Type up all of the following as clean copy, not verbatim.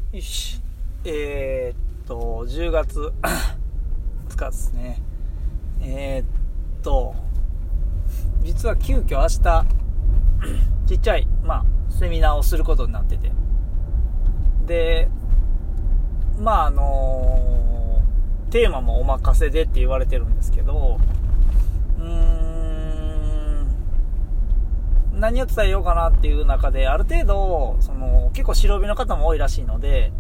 よし。10月2日ですね。実は急遽明日ちっちゃいセミナーをすることになってて、でテーマもお任せでって言われてるんですけど、何を伝えようかなっていう中で、ある程度結構白帯の方も多いらしいので、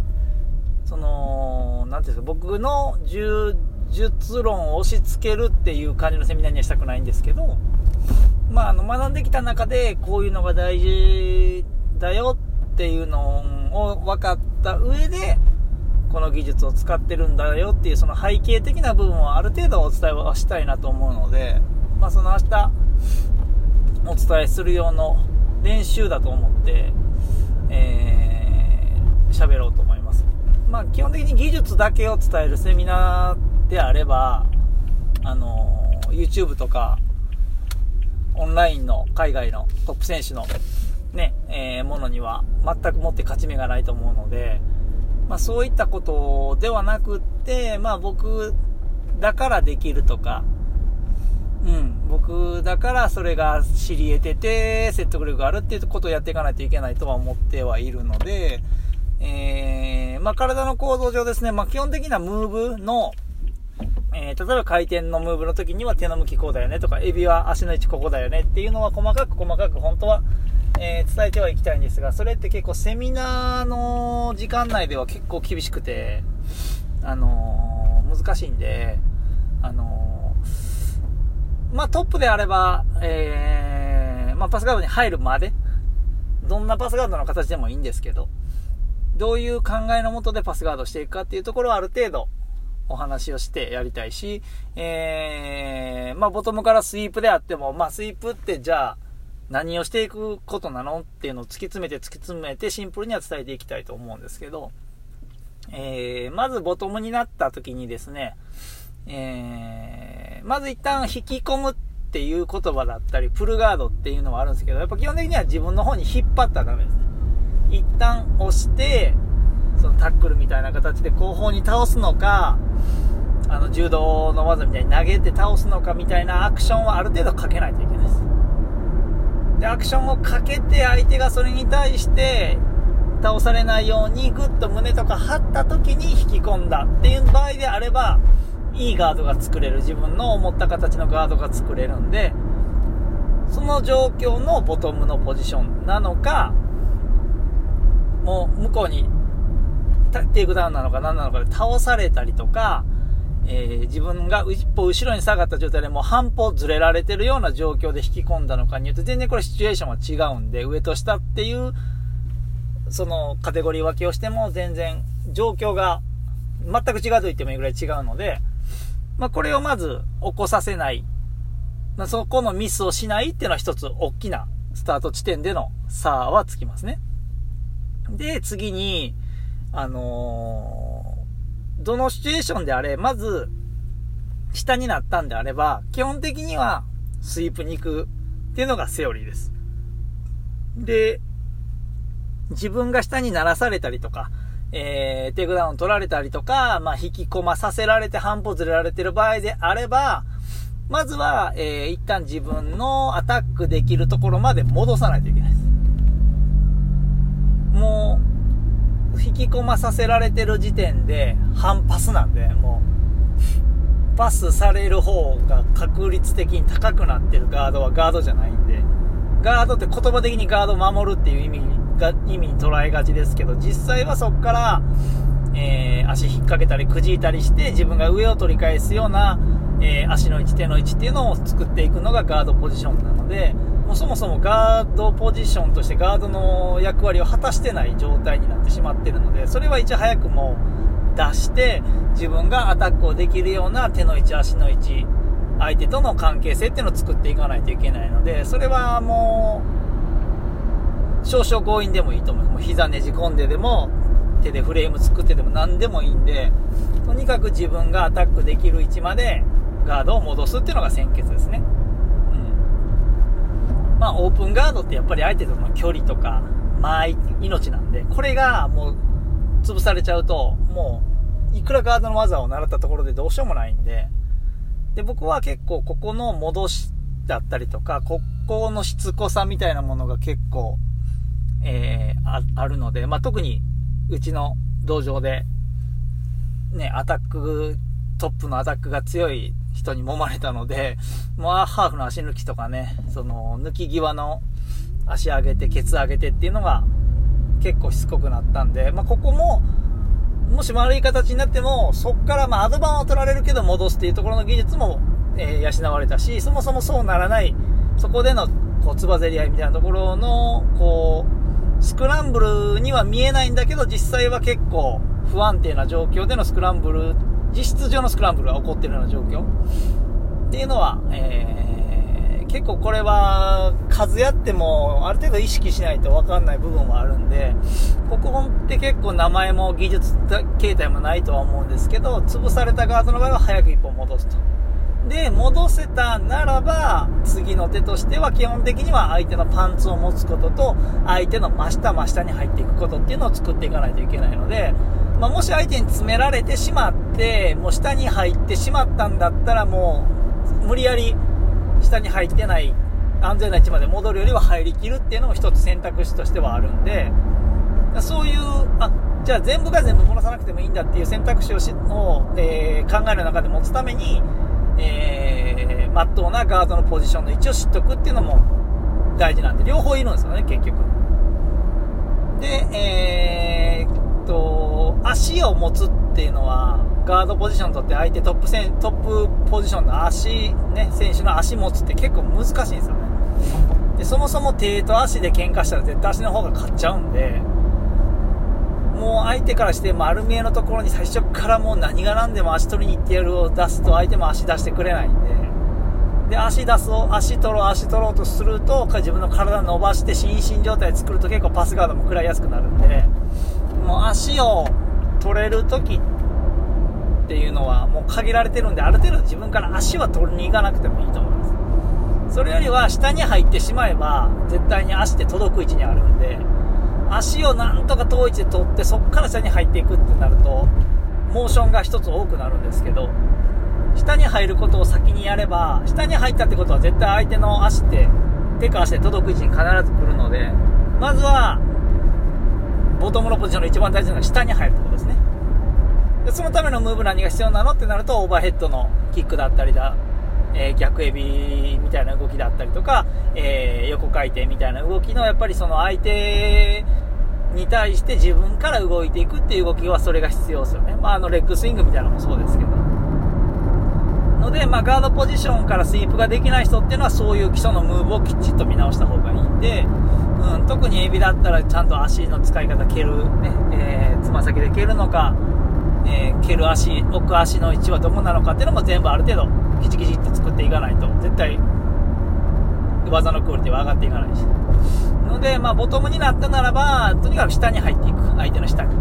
なんていうんですか、僕の柔術論を押し付けるっていう感じのセミナーにはしたくないんですけど、学んできた中でこういうのが大事だよっていうのを分かった上で、この技術を使ってるんだよっていうその背景的な部分をある程度お伝えはしたいなと思うので、その明日お伝えする用の練習だと思って喋ろうと思います。基本的に技術だけを伝えるセミナーであれば、YouTube とかオンラインの海外のトップ選手のものには全くもって勝ち目がないと思うので、そういったことではなくって、僕だからできるとか、僕だからそれが知り得てて説得力があるっていうことをやっていかないといけないとは思ってはいるので、体の構造上ですね、基本的なムーブの、例えば回転のムーブの時には手の向きこうだよねとか、エビは足の位置ここだよねっていうのは細かく本当は、伝えてはいきたいんですが、それって結構セミナーの時間内では結構厳しくて、難しいんで、トップであれば、パスガードに入るまで、どんなパスガードの形でもいいんですけど、どういう考えのもとでパスガードしていくかっていうところはある程度お話をしてやりたいし、ボトムからスイープであっても、スイープってじゃあ何をしていくことなのっていうのを突き詰めてシンプルには伝えていきたいと思うんですけど、まずボトムになった時にですね、まず一旦引き込むっていう言葉だったり、プルガードっていうのはあるんですけど、やっぱ基本的には自分の方に引っ張ったらダメですね。一旦押して、そのタックルみたいな形で後方に倒すのか、柔道の技みたいに投げて倒すのかみたいなアクションはある程度かけないといけないです。で、アクションをかけて相手がそれに対して倒されないようにグッと胸とか張った時に引き込んだっていう場合であれば、いいガードが作れる、自分の思った形のガードが作れるんで、その状況のボトムのポジションなのか、もう向こうにテイクダウンなのか何なのかで倒されたりとか、自分が一歩後ろに下がった状態でもう半歩ずれられてるような状況で引き込んだのかによって全然これシチュエーションは違うんで、上と下っていうそのカテゴリー分けをしても全然状況が全く違うと言ってもいいぐらい違うので、これをまず起こさせない、そこのミスをしないっていうのは一つ大きなスタート地点での差はつきますね。で、次にどのシチュエーションであれ、まず下になったんであれば基本的にはスイープに行くっていうのがセオリーです。で、自分が下にならされたりとか、テイクダウン取られたりとか、引き込まさせられて半歩ずれられてる場合であれば、まずは、一旦自分のアタックできるところまで戻さないといけないです。もう引き込まさせられてる時点で半パスなんで、もうパスされる方が確率的に高くなってるガードはガードじゃないんで、ガードって言葉的にガードを守るっていう意味に捉えがちですけど、実際はそこから、足引っ掛けたりくじいたりして自分が上を取り返すような、足の位置手の位置っていうのを作っていくのがガードポジションなので、もうそもそもガードポジションとしてガードの役割を果たしてない状態になってしまっているので、それはいち早くもう出して自分がアタックをできるような手の位置足の位置相手との関係性っていうのを作っていかないといけないので、それはもう少々強引でもいいと思います。もう膝ねじ込んででも手でフレーム作ってでも何でもいいんで、とにかく自分がアタックできる位置までガードを戻すっていうのが先決ですね。オープンガードってやっぱり相手との距離とか間合い命なんで、これがもう潰されちゃうと、もういくらガードの技を習ったところでどうしようもないんで、僕は結構ここの戻しだったりとか、ここのしつこさみたいなものが結構、あるので、特にうちの道場でね、トップのアタックが強い人に揉まれたので、ハーフの足抜きとかね、その抜き際の足上げてケツ上げてっていうのが結構しつこくなったんで、ここももし悪い形になっても、そこからアドバンを取られるけど戻すっていうところの技術も、養われたし、そもそもそうならない、そこでのつばぜり合いみたいなところのスクランブルには見えないんだけど、実際は結構不安定な状況でのスクランブル、実質上のスクランブルが起こっているような状況っていうのは、結構これは数やってもある程度意識しないと分かんない部分はあるんで、ここって結構名前も技術形態もないとは思うんですけど、潰されたガードの場合は早く一本戻すと。で、戻せたならば次の手としては基本的には相手のパンツを持つことと、相手の真下に入っていくことっていうのを作っていかないといけないので、もし相手に詰められてしまってもう下に入ってしまったんだったら、もう無理やり下に入ってない安全な位置まで戻るよりは入りきるっていうのも一つ選択肢としてはあるんで、そういうじゃあ全部が全部戻さなくてもいいんだっていう選択肢を考える中で持つために、真っ当なガードのポジションの位置を知っとくっていうのも大事なんで、両方いるんですよね結局。で、足を持つっていうのはガードポジションにとって相手トップポジションの足、選手の足持つって結構難しいんですよね。でそもそも手と足で喧嘩したら絶対足の方が勝っちゃうんで、もう相手からして丸見えのところに最初からもう何が何でも足取りに行ってやるを出すと相手も足出してくれないんで、足取ろうとすると自分の体を伸ばして心身状態作ると結構パスガードも食らいやすくなるんで、もう足を取れる時っていうのはもう限られてるんで、ある程度自分から足は取りに行かなくてもいいと思います。それよりは下に入ってしまえば絶対に足って届く位置にあるんで、足をなんとか遠い位置で取ってそこから下に入っていくってなるとモーションが一つ多くなるんですけど、下に入ることを先にやれば、下に入ったってことは絶対相手の足って手か足で届く位置に必ず来るので、まずはボトムのポジションの一番大事なのは下に入るってことですね。でそのためのムーブ何が必要なのってなると、オーバーヘッドのキックだったり逆エビみたいな動きだったりとか、横回転みたいな動きの、やっぱりその相手に対して自分から動いていくっていう動きはそれが必要ですよね。レッグスイングみたいなのもそうですけど、ので、ガードポジションからスイープができない人っていうのはそういう基礎のムーブをきっちりと見直した方がいいんで、特にエビだったらちゃんと足の使い方、蹴る、つま先で蹴るのか、蹴る足、置く足の位置はどこなのかっていうのも全部ある程度きちきちって作っていかないと絶対技のクオリティは上がっていかないし、ので、ボトムになったならばとにかく下に入っていく、相手の下に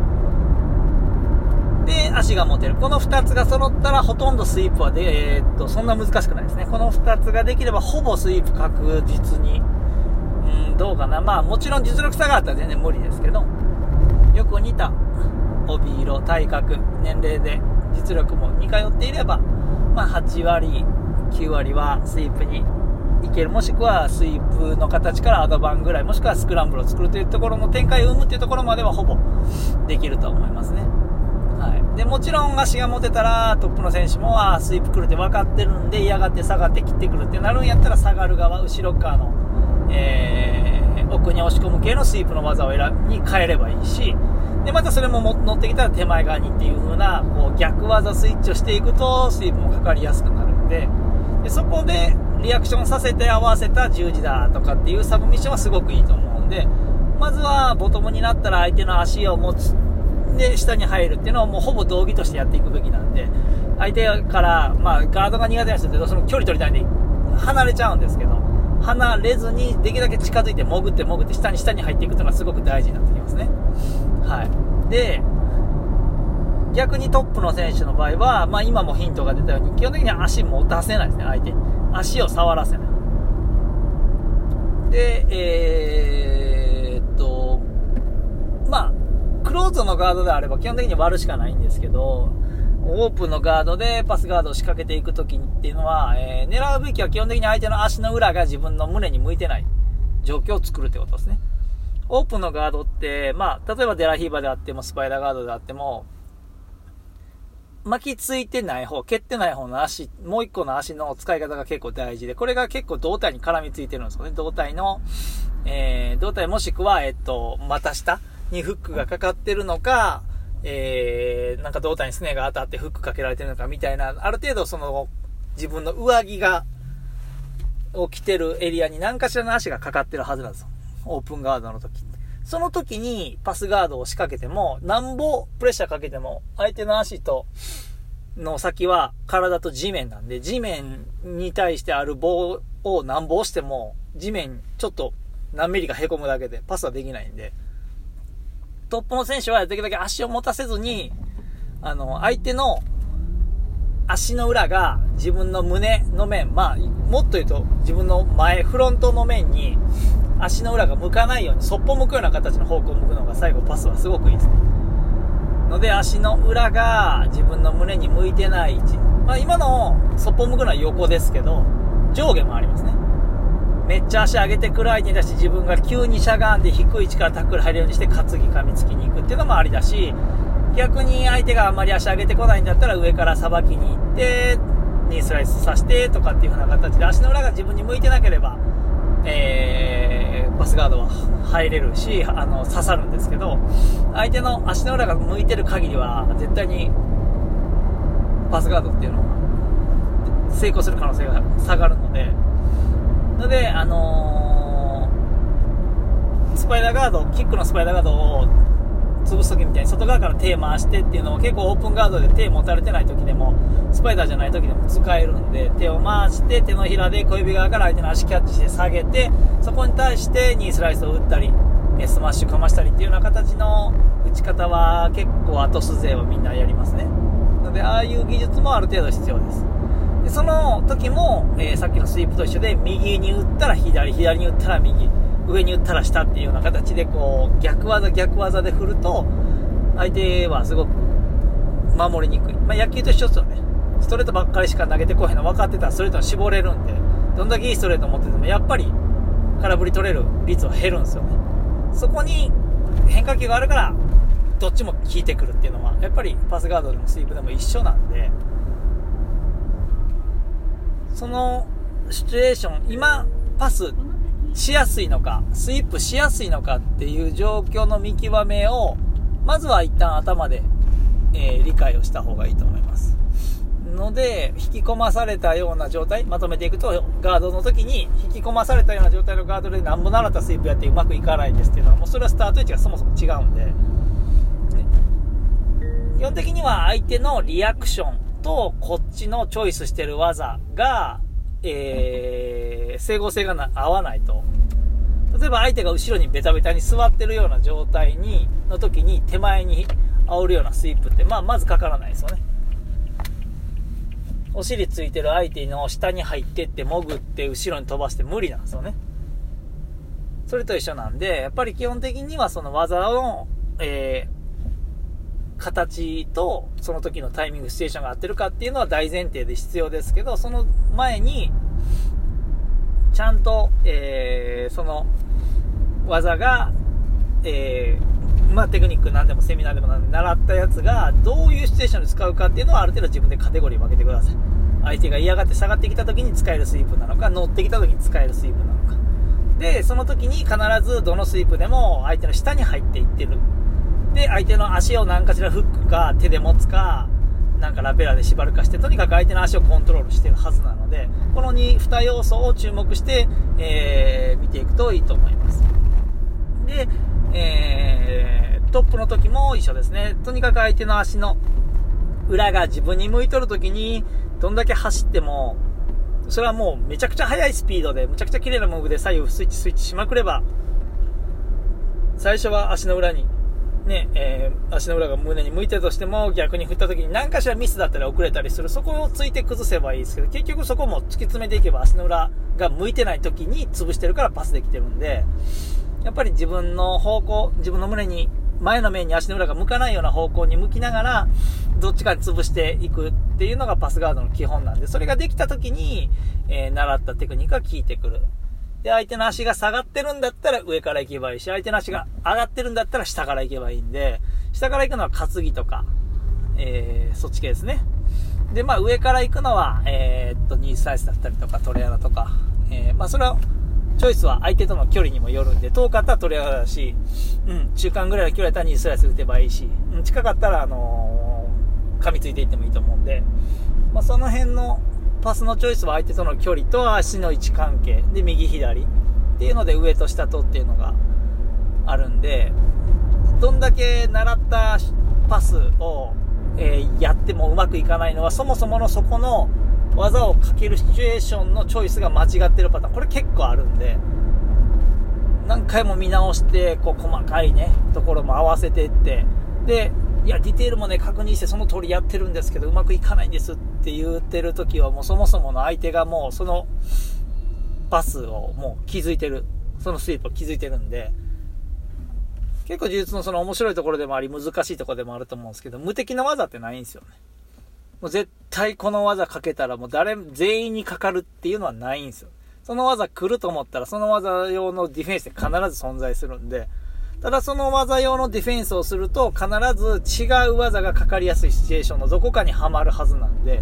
で足が持てる、この2つが揃ったらほとんどスイープはそんな難しくないですね。この2つができればほぼスイープ確実に、どうかな、もちろん実力差があったら全然無理ですけど、よく似た帯色、体格、年齢で実力も似通っていれば、8割9割はスイープにいける、もしくはスイープの形からアドバンぐらい、もしくはスクランブルを作るというところの展開を生むというところまではほぼできると思いますね。でもちろん足が持てたらトップの選手もスイープ来るって分かってるんで、嫌がって下がって切ってくるってなるんやったら、下がる側、後ろ側の、奥に押し込む系のスイープの技をに変えればいいし、でまたそれも乗ってきたら手前側にっていう風な逆技スイッチをしていくとスイープもかかりやすくなるんで、そこでリアクションさせて合わせた十字だとかっていうサブミッションはすごくいいと思うんで、まずはボトムになったら相手の足を持つ、で下に入るっていうのをもうほぼ道義としてやっていくべきなんで、相手から、ガードが苦手な人ってどうしても距離取りたいんで離れちゃうんですけど、離れずにできるだけ近づいて潜って下に入っていくというのはすごく大事になってきますね。で逆にトップの選手の場合は、今もヒントが出たように基本的には足持たせないですね。相手に足を触らせないで、クローートのガードであれば基本的に割るしかないんですけど、オープンのガードでパスガードを仕掛けていくときっていうのは、狙うべきは基本的に相手の足の裏が自分の胸に向いてない状況を作るってことですね。オープンのガードって、まあ、例えばデラヒーバであってもスパイダーガードであっても、巻きついてない方、蹴ってない方の足、もう一個の足の使い方が結構大事で、これが結構胴体に絡みついてるんですよね。胴体の、胴体もしくは、股下にフックがかかってるのか、なんか胴体にスネが当たってフックかけられてるのかみたいな、ある程度その自分の上着が起きてるエリアに何かしらの足がかかってるはずなんですよ。オープンガードの時。その時にパスガードを仕掛けても、なんぼプレッシャーかけても、相手の足との先は体と地面なんで、地面に対してある棒をなんぼ押しても、地面ちょっと何ミリか凹むだけでパスはできないんで、トップの選手はできるだけ足を持たせずに、相手の足の裏が自分の胸の面、まあ、もっと言うと自分の前、フロントの面に足の裏が向かないように、そっぽ向くような形の方向を向くのが最後パスはすごくいいですね。ので足の裏が自分の胸に向いてない位置。まあ今のそっぽ向くのは横ですけど、上下もありますね。めっちゃ足上げてくる相手に対して自分が急にしゃがんで低い位置からタックル入るようにして担ぎ噛みつきに行くっていうのもありだし、逆に相手があんまり足上げてこないんだったら上からさばきに行ってニースライスさせてとかっていう風な形で足の裏が自分に向いてなければ、パスガードは入れるし刺さるんですけど、相手の足の裏が向いてる限りは絶対にパスガードっていうのは成功する可能性が下がるので、スパイダーガード、キックのスパイダーガードを潰すときみたいに外側から手回してっていうのを結構オープンガードで手持たれてないときでもスパイダーじゃないときでも使えるんで、手を回して手のひらで小指側から相手の足キャッチして下げて、そこに対してニースライスを打ったりスマッシュかましたりっていうような形の打ち方は結構後ス勢はみんなやりますね。なのでああいう技術もある程度必要です。でその時も、さっきのスイープと一緒で右に打ったら左、左に打ったら右、上に打ったら下っていうような形でこう逆技で振ると相手はすごく守りにくい。まあ野球と一緒ですよね。ストレートばっかりしか投げてこへんの分かってたらストレートに絞れるんで、どんだけいいストレート持っててもやっぱり空振り取れる率は減るんですよね。そこに変化球があるからどっちも効いてくるっていうのはやっぱりパスガードでもスイープでも一緒なんで、そのシチュエーション、今パスしやすいのかスイープしやすいのかっていう状況の見極めをまずは一旦頭で、理解をした方がいいと思いますので、引き込まされたような状態、まとめていくとガードの時に引き込まされたような状態のガードでなんぼ習ったスイープやってうまくいかないですっていうのはもうそれはスタート位置がそもそも違うんで、ね、基本的には相手のリアクションとこっちのチョイスしてる技が、整合性が合わないと、例えば相手が後ろにベタベタに座ってるような状態の時に手前に煽るようなスイープって、まずかからないですよね。お尻ついてる相手の下に入ってって潜って後ろに飛ばして無理なんですよね。それと一緒なんで、やっぱり基本的にはその技の、形とその時のタイミングシチュエーションが合ってるかっていうのは大前提で必要ですけど、その前にちゃんと、その技が、テクニックなんでもセミナーでも習ったやつがどういうシチュエーションで使うかっていうのはある程度自分でカテゴリーを分けてください。相手が嫌がって下がってきた時に使えるスイープなのか、乗ってきた時に使えるスイープなのかで、その時に必ずどのスイープでも相手の下に入っていってる。で、相手の足を何かしらフックか手で持つかなんかラペラで縛るかして、とにかく相手の足をコントロールしてるはずなので、この2要素を注目して、見ていくといいと思います。で、トップの時も一緒ですね。とにかく相手の足の裏が自分に向いとる時にどんだけ走っても、それはもうめちゃくちゃ速いスピードでむちゃくちゃ綺麗なムーブで左右スイッチしまくれば、最初は足の裏にね、足の裏が胸に向いてるとしても、逆に振った時に何かしらミスだったり遅れたりする、そこをついて崩せばいいですけど、結局そこも突き詰めていけば足の裏が向いてない時に潰してるからパスできてるんで、 やっぱり自分の胸に、前の面に足の裏が向かないような方向に向きながら、どっちかに潰していくっていうのがパスガードの基本なんで、それができた時に、習ったテクニックが効いてくる。で、相手の足が下がってるんだったら上から行けばいいし、相手の足が上がってるんだったら下から行けばいいんで、下から行くのは担ぎとか、そっち系ですね。で、上から行くのは、ニースライスだったりとか、トレアラとか、それは、チョイスは相手との距離にもよるんで、遠かったらトレアラだし、中間ぐらいの距離だったらニースライス打てばいいし、近かったら、噛みついていってもいいと思うんで、その辺のパスのチョイスは相手との距離と足の位置関係で、右左っていうので上と下とっていうのがあるんで、どんだけ習ったパスを、やってもうまくいかないのは、そもそものそこの技をかけるシチュエーションのチョイスが間違ってるパターン、これ結構あるんで、何回も見直して細かいねところも合わせていって、でいやディテールもね確認してその通りやってるんですけどうまくいかないんですって言ってる時は、もうそもそもの相手がもうそのパスをもう気づいてる、そのスイープを気づいてるんで、結構呪術のその面白いところでもあり難しいところでもあると思うんですけど、無敵な技ってないんですよね。もう絶対この技かけたらもう全員にかかるっていうのはないんですよ。その技来ると思ったらその技用のディフェンスで必ず存在するんで、ただその技用のディフェンスをすると必ず違う技がかかりやすいシチュエーションのどこかにはまるはずなんで、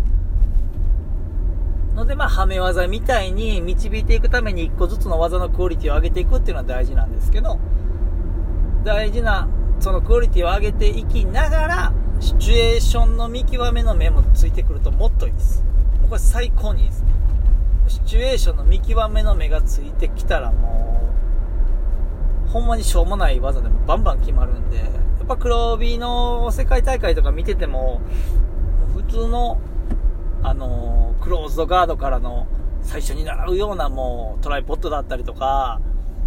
はめ技みたいに導いていくために一個ずつの技のクオリティを上げていくっていうのは大事なんですけど、大事なそのクオリティを上げていきながらシチュエーションの見極めの目もついてくるともっといいです。これ最高にいいですね。シチュエーションの見極めの目がついてきたらもうほんまにしょうもない技でもバンバン決まるんで、やっぱ黒帯の世界大会とか見てても普通のクローズドガードからの最初に習うようなもうトライポットだったりとか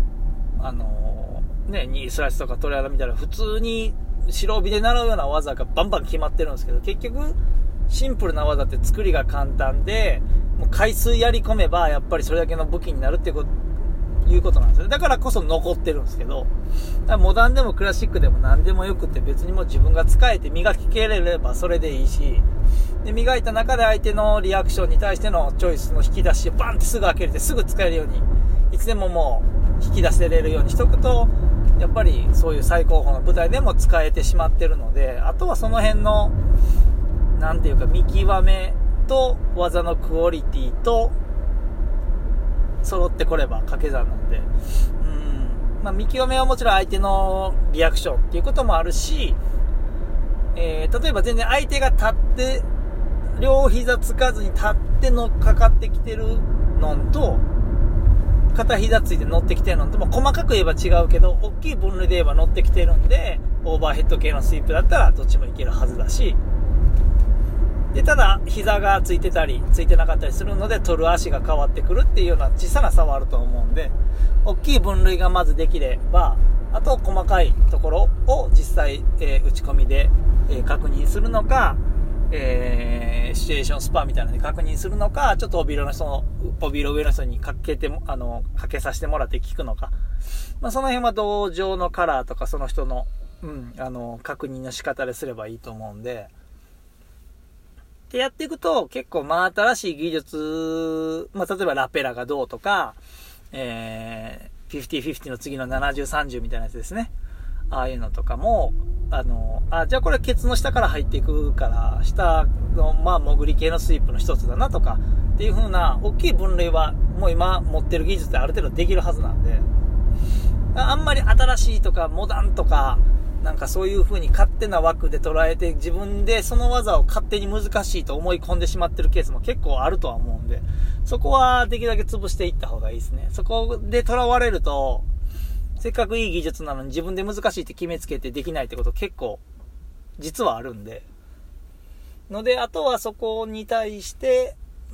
ニースライスとかトレアラみたいな普通に白帯で習うような技がバンバン決まってるんですけど、結局シンプルな技って作りが簡単で、もう回数やり込めばやっぱりそれだけの武器になるっていうことなんですよ。だからこそ残ってるんですけど、モダンでもクラシックでも何でもよくて、別にもう自分が使えて磨ききれればそれでいいし、で磨いた中で相手のリアクションに対してのチョイスの引き出しをバンってすぐ開けれてすぐ使えるように、いつでももう引き出せれるようにしとくと、やっぱりそういう最高峰の舞台でも使えてしまってるので、あとはその辺のなんていうか見極めと技のクオリティと揃ってこれば掛け算なんで、見極めはもちろん相手のリアクションっていうこともあるし、例えば全然相手が立って両膝つかずに立ってのかかってきてるのと片膝ついて乗ってきてるのと、細かく言えば違うけど大きい分類で言えば乗ってきてるんで、オーバーヘッド系のスイープだったらどっちもいけるはずだし、でただ膝がついてたりついてなかったりするので取る足が変わってくるっていうような小さな差はあると思うんで、大きい分類がまずできれば、あと細かいところを実際、打ち込みで、確認するのか、シチュエーションスパみたいなので確認するのか、ちょっと帯色上の人にかけさせてもらって聞くのか、その辺は同情のカラーとかその人の、確認の仕方ですればいいと思うんで、でやっていくと結構新しい技術、例えばラペラがどうとか、50-50の次の70-30みたいなやつですね。ああいうのとかも、じゃあこれケツの下から入っていくから、下の、潜り系のスイープの一つだなとか、っていう風な、大きい分類は、もう今持ってる技術である程度できるはずなんで、あんまり新しいとか、モダンとか、なんかそういう風に勝手な枠で捉えて、自分でその技を勝手に難しいと思い込んでしまってるケースも結構あるとは思うんで、そこはできるだけ潰していった方がいいですね。そこで囚われると、せっかくいい技術なのに自分で難しいって決めつけてできないってこと結構実はあるんで、あとはそこに対して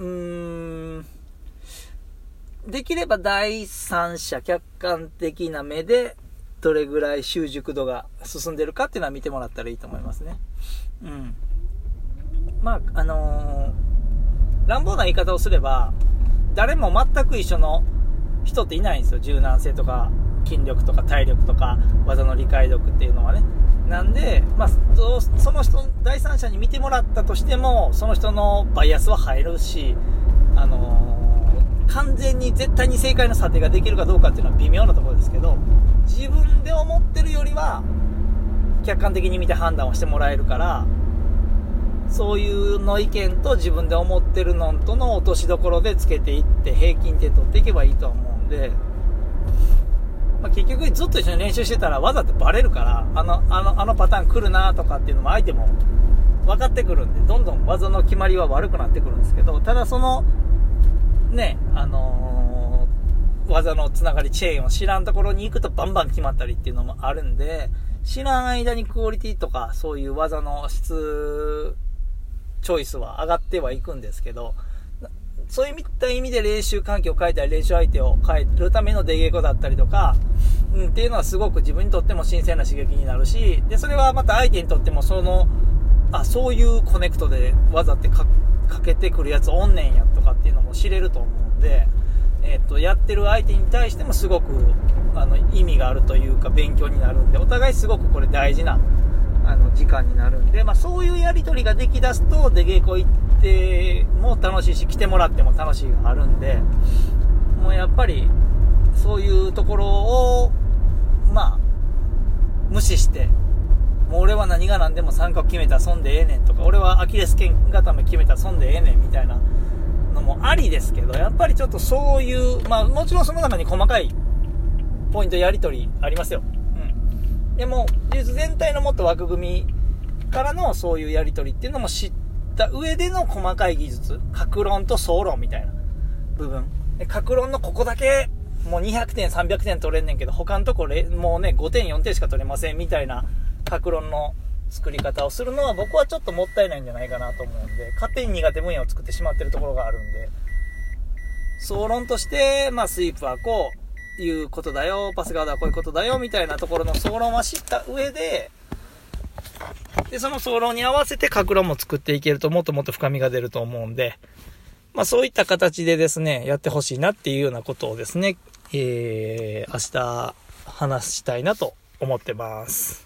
できれば第三者客観的な目でどれぐらい習熟度が進んでるかっていうのは見てもらったらいいと思いますね。乱暴な言い方をすれば誰も全く一緒の人っていないんですよ。柔軟性とか筋力とか体力とか技の理解力っていうのはね。なんで、その人、第三者に見てもらったとしても、その人のバイアスは入るし、完全に絶対に正解の査定ができるかどうかっていうのは微妙なところですけど、自分で思ってるよりは客観的に見て判断をしてもらえるから、そういうの意見と自分で思ってるのとの落としどころでつけていって平均点取っていけばいいと思うんで、結局ずっと一緒に練習してたら技ってバレるから、あのパターン来るなとかっていうのも相手も分かってくるんで、どんどん技の決まりは悪くなってくるんですけど、ただそのね、技のつながりチェーンを知らんところに行くとバンバン決まったりっていうのもあるんで、知らん間にクオリティとかそういう技の質チョイスは上がってはいくんですけど、そういった意味で練習環境を変えたり練習相手を変えるための出稽古だったりとか、っていうのはすごく自分にとっても新鮮な刺激になるし、でそれはまた相手にとってもそういうコネクトで技ってかけてくるやつおんねんやとかっていうのも知れると思うんで、やってる相手に対してもすごく意味があるというか勉強になるんで、お互いすごくこれ大事な時間になるんで、そういうやり取りができだすと出稽古行っても楽しいし、来てもらっても楽しいがあるんで、もうやっぱりそういうところを無視して、もう俺は何が何でも三角決めたら損でええねんとか、俺はアキレス腱固め決めたら損でええねんみたいなのもありですけど、やっぱりちょっとそういう、もちろんその中に細かいポイントやり取りありますよ。でも技術全体のもっと枠組みからのそういうやり取りっていうのも知った上での細かい技術、各論と総論みたいな部分で、各論のここだけもう200点300点取れんねんけど、他のとこもうね5点4点しか取れませんみたいな各論の作り方をするのは僕はちょっともったいないんじゃないかなと思うんで、勝手に苦手分野を作ってしまってるところがあるんで、総論としてスイープはこういうことだよ、パスガードはこういうことだよみたいなところの総論は知った上で、その総論に合わせて各論も作っていけるともっともっと深みが出ると思うんで、そういった形でですねやってほしいなっていうようなことをですね、明日話したいなと思ってます。